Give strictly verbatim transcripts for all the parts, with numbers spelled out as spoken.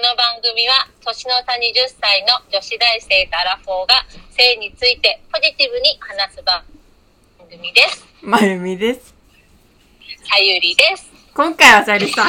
の番組は年の差はたちの女子大生とアラフォーが性についてポジティブに話す番組です。 まゆみです。 さゆりです。 今回はさゆりさん、はい、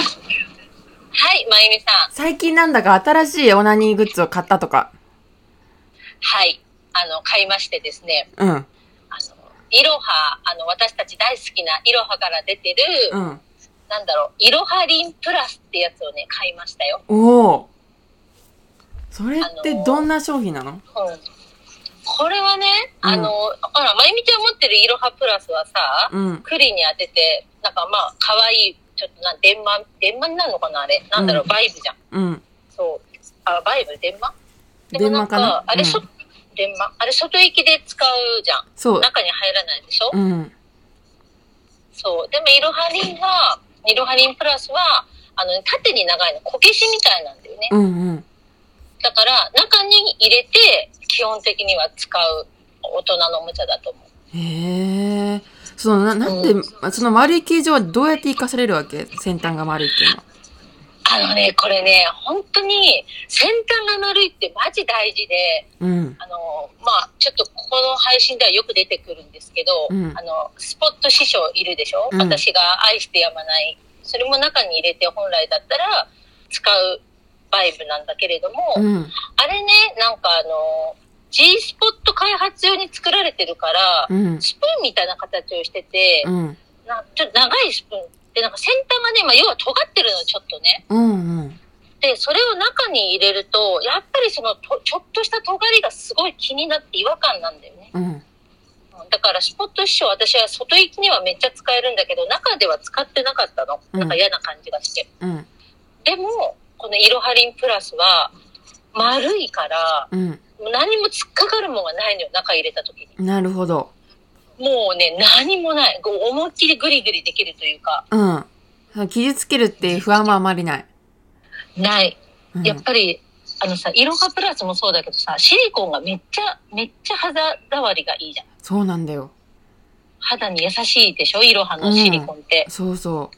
まゆみさん、 最近なんだか新しいオナニーグッズを買ったとか。 はい、あの買いましてですね、 うん、あのイロハ、あの私たち大好きなイロハから出てる、うん、なんだろう、イロハリンプラスってやつをね買いましたよ。 おお、それってどんな商品なの？うん、 これはね、あの、うん、ほら、まゆみちゃん持ってるイロハプラスはさ、うん、栗に当てて、なんかまあ、可愛い、ちょっとな、電話、電話になるのかなあれ。なんだろう、うん、バイブじゃん。うん。そう。あ、バイブ電話でもなんか、 電話かなあれ、そ、うん、電話あれ、外行きで使うじゃん。そう。中に入らないでしょ？うん。そう。でも、イロハリンは、イロハリンプラスは、あの、縦に長いの、こけしみたいなんだよね。うんうん。だから、中に入れて、基本的には使う大人のおもちゃだと思う。 へえ。そのな、なんで、うん、その丸い形状はどうやって活かされるわけ？先端が丸いっていうのは。 あのね、これね、本当に先端が丸いってマジ大事で、うん、あの、まあちょっとここの配信ではよく出てくるんですけど、うん、あの、スポット師匠いるでしょ、うん、私が愛してやまない。それも中に入れて本来だったら使うバイブなんだけれども、うん、あれね、なんかあの、G スポット開発用に作られてるから、うん、スプーンみたいな形をしてて、うん、なちょっと長いスプーンで、なんか先端がね、まあ、要は尖ってるのちょっとね、うんうん、でそれを中に入れるとやっぱりそのとちょっとした尖りがすごい気になって違和感なんだよね、うん、だからスポット師匠、私は外行きにはめっちゃ使えるんだけど中では使ってなかったの、うん、なんか嫌な感じがして、うん、でもこのイロハリンプラスは丸いから、うん、何も突っかかるものがないのよ、中入れた時に。 なるほど。 もうね、何もない。思いっきりグリグリできるというか。 うん。傷つけるっていう不安もあまりない。 ない。うん、やっぱり、あのさ、イロハプラスもそうだけどさ、シリコンがめっちゃ、めっちゃ肌触りがいいじゃん。 そうなんだよ。 肌に優しいでしょ、イロハのシリコンって。 うん、そうそう。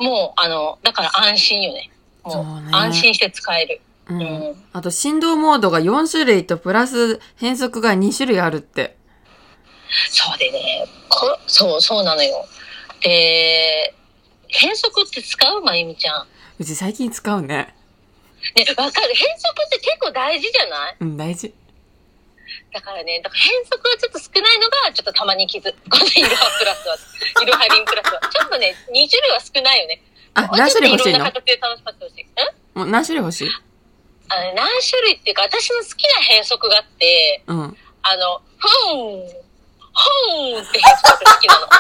もう、あの、だから安心よね。もう、そうね、安心して使える。 うんうん、あと振動モードがよん種類とプラス変速がに種類あるって。 そうでね、こそうそうなのよ。で、変速って使う？まゆみちゃん。 うち最近使うね。 ね、わかる。変速って結構大事じゃない？ うん、大事。 だからね、だから変速がちょっと少ないのがちょっとたまに傷。このイロハプラスは、イロハリンプラスはちょっとね、に種類は少ないよね。 あ、何種類欲しいの？ いろんな形で楽しませてほしい。ん？ もう何種類欲しい？ あの、何種類っていうか、私の好きな変速があって、うん、あの、ふん、ふんって変速が好きなの。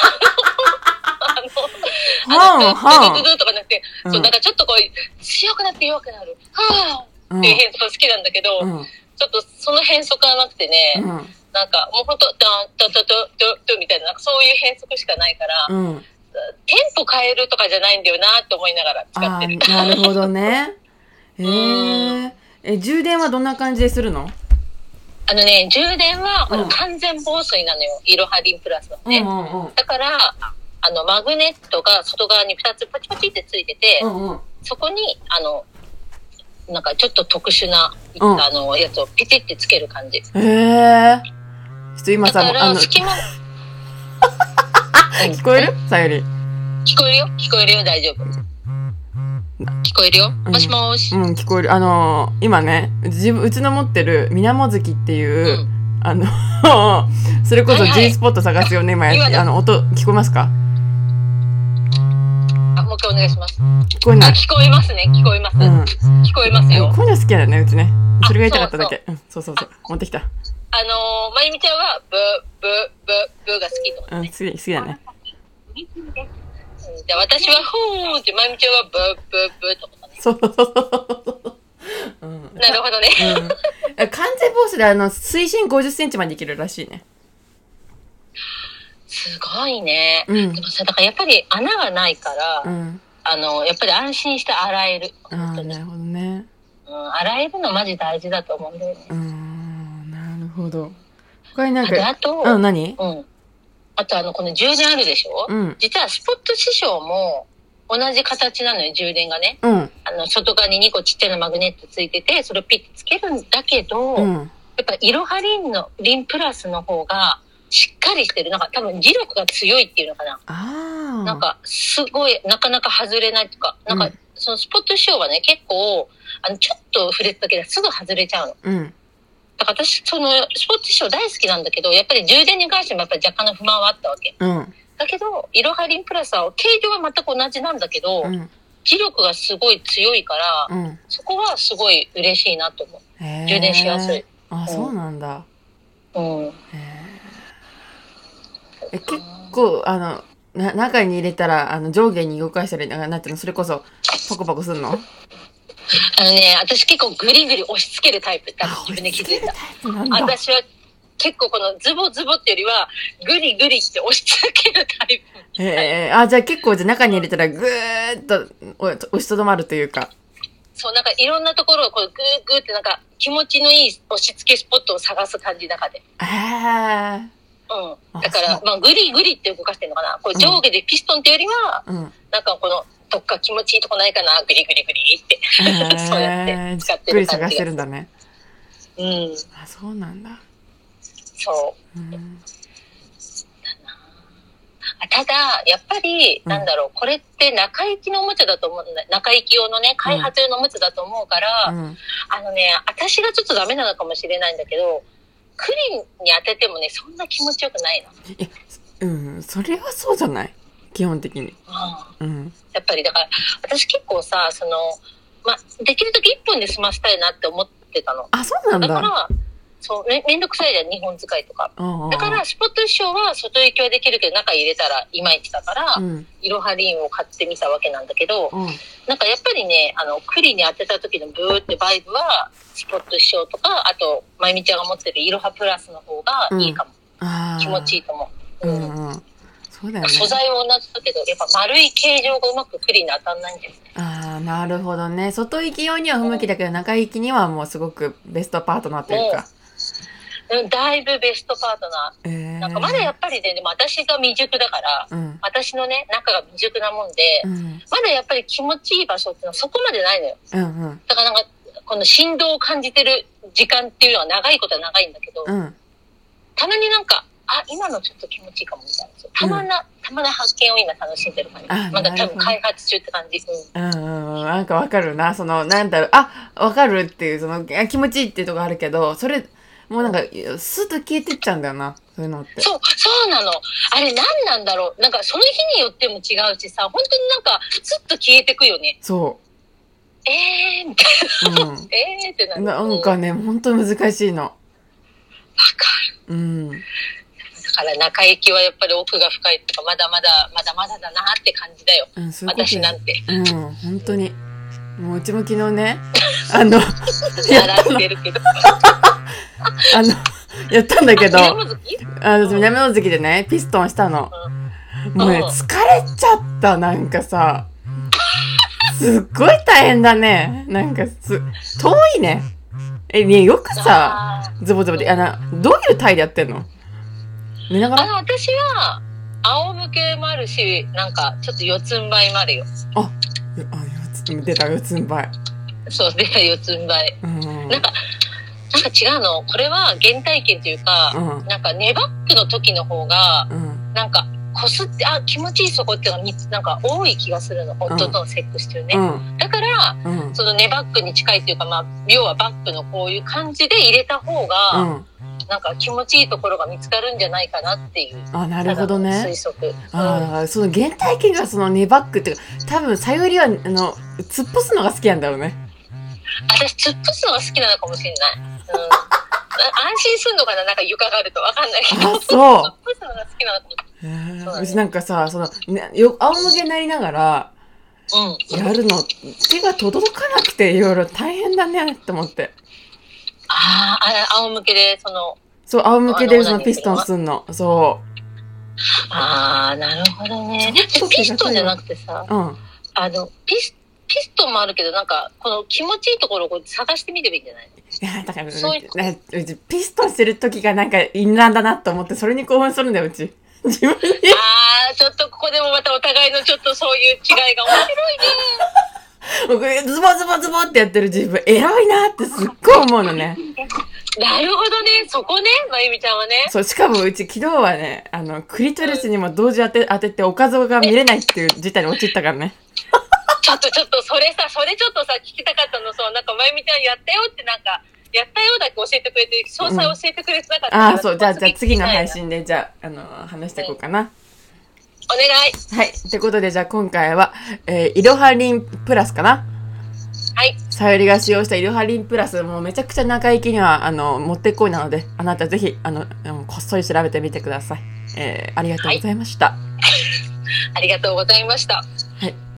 あの、あの、ドゥドゥドゥとかなくて、うん、そう、だからちょっとこう、強くなって弱くなる、はぁっていう変速が好きなんだけど、うん、ちょっとその変速がなくてね、うん、なんかもうほんと、ドン、ドドドドドみたいな、なんかそういう変速しかないから、うん、テンポ変えるとかじゃないんだよなって思いながら使ってる。 なるほどね。へー。え、充電はどんな感じでするの？ あのね、充電は、うん、完全防水なのよ、イロハリンプラスはね、うんうんうん。だから、あの、マグネットが外側にふたつパチパチってついてて、うんうん、そこに、あの、なんかちょっと特殊な、うん、あの、やつをピチってつける感じ。へー。ちょっと今さ、 だから隙間、 聞こえる？さゆり。 聞こえるよ、聞こえるよ、大丈夫。聞こえるよ、もしもーし。 うん、うん、聞こえる。あのー、今ね、自分うちの持ってるみなも月っていう、うん、あのそれこそ G スポット探すよね、はいはい、今やあの音聞こえますか？ あ、もう一回お願いします。 聞こえない？ 聞こえますね、聞こえます。うん、聞こえますよ。 こういうの好きだよね、うちね。それが言いたかっただけ。そうそう、うん、そうそうそう、持ってきた。 あのー、まゆみちゃんはブブブブが好きとかね。うん、好き好きだね。 じゃあ私はふーんって、まゆみちゃんはブーブーブーとかね。そうそうそう。うん、なるほどね。 うん、完全防水であの水深ごじゅっセンチまでいけるらしいね。 すごいね。うん、でもさ、だからやっぱり穴がないから、うん、あのやっぱり安心して洗える。 ああ、なるほどね。 うん、洗えるのマジ大事だと思うんだよね。 うん、なるほど。他になんか、 あと、 うん、何？ うん。あとあのこの充電あるでしょ、うん、実はスポット師匠も同じ形なのよ、充電がね。 うん。 あの、外側ににこちっちゃなマグネットついてて、それをピッてつけるんだけど、うん、やっぱイロハリンの、リンプラスの方が、しっかりしてる。なんか多分磁力が強いっていうのかな。 あなんか、すごい、なかなか外れないとか、なんか、うん、そのスポット仕様はね、結構、あの、ちょっと触れただけですぐ外れちゃうの。 うん。 だから私、その、スポット仕様大好きなんだけど、やっぱり充電に関してもやっぱり若干の不満はあったわけ。 うん。 だけど、イロハリンプラスは形状は全く同じなんだけど、うん、磁力がすごい強いから、うん、そこはすごい嬉しいなと思う。充電しやすい。 あ、うん、そうなんだ。 うん。 え、結構、あの、な中に入れたら、あの、上下に動かしたり、なんていうの、それこそ、パコパコするの？ あのね、私結構グリグリ押し付けるタイプ。多分自分で気づいた。私は結構このズボズボってよりは、グリグリって押し付けるタイプ。 へえ、あ、じゃあ結構じゃ中に入れたらぐーっと押しとどまるというか。 そう、なんかいろんなところをこうグーグーってなんか気持ちのいい押し付けスポットを探す感じの中で。 へえ。 うん。だから、まあグリグリって動かしてるのかな。こう上下でピストンってよりは、うん、なんかこの、どっか気持ちいいとこないかな、グリグリグリって。そうやって使ってる感じが。 じっくり探してるんだね。 うん。 あ、そうなんだ。 そう。うん、ただ、やっぱり、うん、なんだろう、これって中行きのおもちゃだと思うんだ。中行き用のね、開発用のおもちゃだと思うから、うん、あのね、私がちょっとダメなのかもしれないんだけど、クリンに当ててもね、そんな気持ちよくないの。 え、うん、それはそうじゃない？基本的に。 うん。やっぱり、だから、私結構さ、その、まあ、できるときいっぽんで済ませたいなって思ってたの。 あ、そうなんだ。 だから、そう、め、めんどくさいじゃん、日本使いとか。だから、スポット衣装は外行きはできるけど、中入れたらいまいちだから、うん、イロハリンを買ってみたわけなんだけど、うん、なんかやっぱりね、あの、クリに当てた時のブーってバイブは、スポット衣装とか、あと、まゆみちゃんが持ってるイロハプラスの方がいいかも。うん、気持ちいいと思う。うん。うんうん、そうだよね。素材は同じだけど、やっぱ丸い形状がうまくクリに当たんないんだよね。 ああ、なるほどね。外行き用には不向きだけど、うん、中行きにはもうすごくベストパートナーというか。 だいぶベストパートナー。えー、なんかまだやっぱりね、でも私が未熟だから、うん、私のね、中が未熟なもんで、うん、まだやっぱり気持ちいい場所っていうのはそこまでないのよ。うんうん、だからなんか、この振動を感じてる時間っていうのは長いことは長いんだけど、うん、たまになんか、あ、今のちょっと気持ちいいかもみたいな。たまな、うん、たまな発見を今楽しんでる感じ。まだ多分開発中って感じ。うん。 うん、なんかわかるな。その、なんだろう、あ、わかるっていう、その、気持ちいいっていうとこあるけど、それ、もうなんか、スッと消えてっちゃうんだよな。そういうのって。 そう、そうなの。あれ何なんだろう。なんか、その日によっても違うしさ、本当になんか、スッと消えてくよね。 そう。 えーみたいな。うん、えーってなる。 なんかね、本当に難しいの。わかる。うん。 だから中行きはやっぱり奥が深いとか、まだまだ、まだまだだなって感じだよ。うん、そういうこと私なんて。 うん、本当に。もううちも昨日ね、あの、 やってるけど。 あの、やったんだけど、あの、南大関でね、ピストンしたの。うん、もうね、疲れちゃった、なんかさ。すっごい大変だね。なんかす、遠いね。え、ね、よくさ、ズボズボで、あの、どういうタイでやってんの？見ながら？ あの、私は、仰向けもあるし、なんか、ちょっと四つん這いもあるよ。 あ、あ、四つ、出た、四つん這い。 そう、出た、四つん這い。うん、なんか、なんか違うの。これは原体験というか、うん、なんかネバックの時の方が、うん、なんか、こすって、あ、気持ちいいそこっていうのがなんか多い気がするの。夫とのセックス中ね。うん、だから、うん、そのネバックに近いっていうか、まあ、要はバックのこういう感じで入れた方が、うん、なんか気持ちいいところが見つかるんじゃないかなっていう。 あ、なるほどね。 推測。 あ、うん、その原体験がそのネバックっていうか、多分さゆりは、あの、突っ伏すのが好きなんだろうね。 私、突っ伏すのが好きなのかもしれない。うん、安心するのかな、なんか床があるとわかんないけど。 あ、そう。 突っ伏すのが好きなのかも。 うちなんかさ、その、ね、よ、仰向けになりながら、うん、やるの、手が届かなくて、いろいろ大変だね、って思って。 ああ、仰向けで、その、 そう、仰向けでそのピストンすんの。そう。 ああ、なるほどね。ピストンじゃなくてさ、うん、あの、ピス、ピストンもあるけど、なんか、この気持ちいいところをこう探してみればいいんじゃない？ いや、だから、そういう、ピストンしてる時がなんか、淫乱だなと思って、それに興奮するんだよ、うち。 自分に。 ああ、ちょっとここでもまたお互いのちょっとそういう違いが面白いね。僕、ズボズボズボってやってる自分、偉いなってすっごい思うのね。 なるほどね。そこね、まゆみちゃんはね。 そう、しかもうち昨日はね、あの、クリトリスにも同時当て、当てておかずが見れないっていう事態に陥ったからね。 ちょっとちょっと、それさ、それちょっとさ、聞きたかったの、そう、なんかまゆみちゃんやったよってなんか、やったようだけ教えてくれて、詳細教えてくれてなかった、うん、 ああ、そう、じゃあ、じゃあ次の配信で、じゃあ、あの、話していこうかな。うん、 お願い。 はい。ってことで、じゃあ今回は、えー、いろはリンプラスかな。 はい。 さゆりが使用したいろはリンプラス、もうめちゃくちゃ中行きには、あの、もってこいなので、あなたぜひ、あの、こっそり調べてみてください。えー、ありがとうございました。はい、 ありがとうございました。 はい。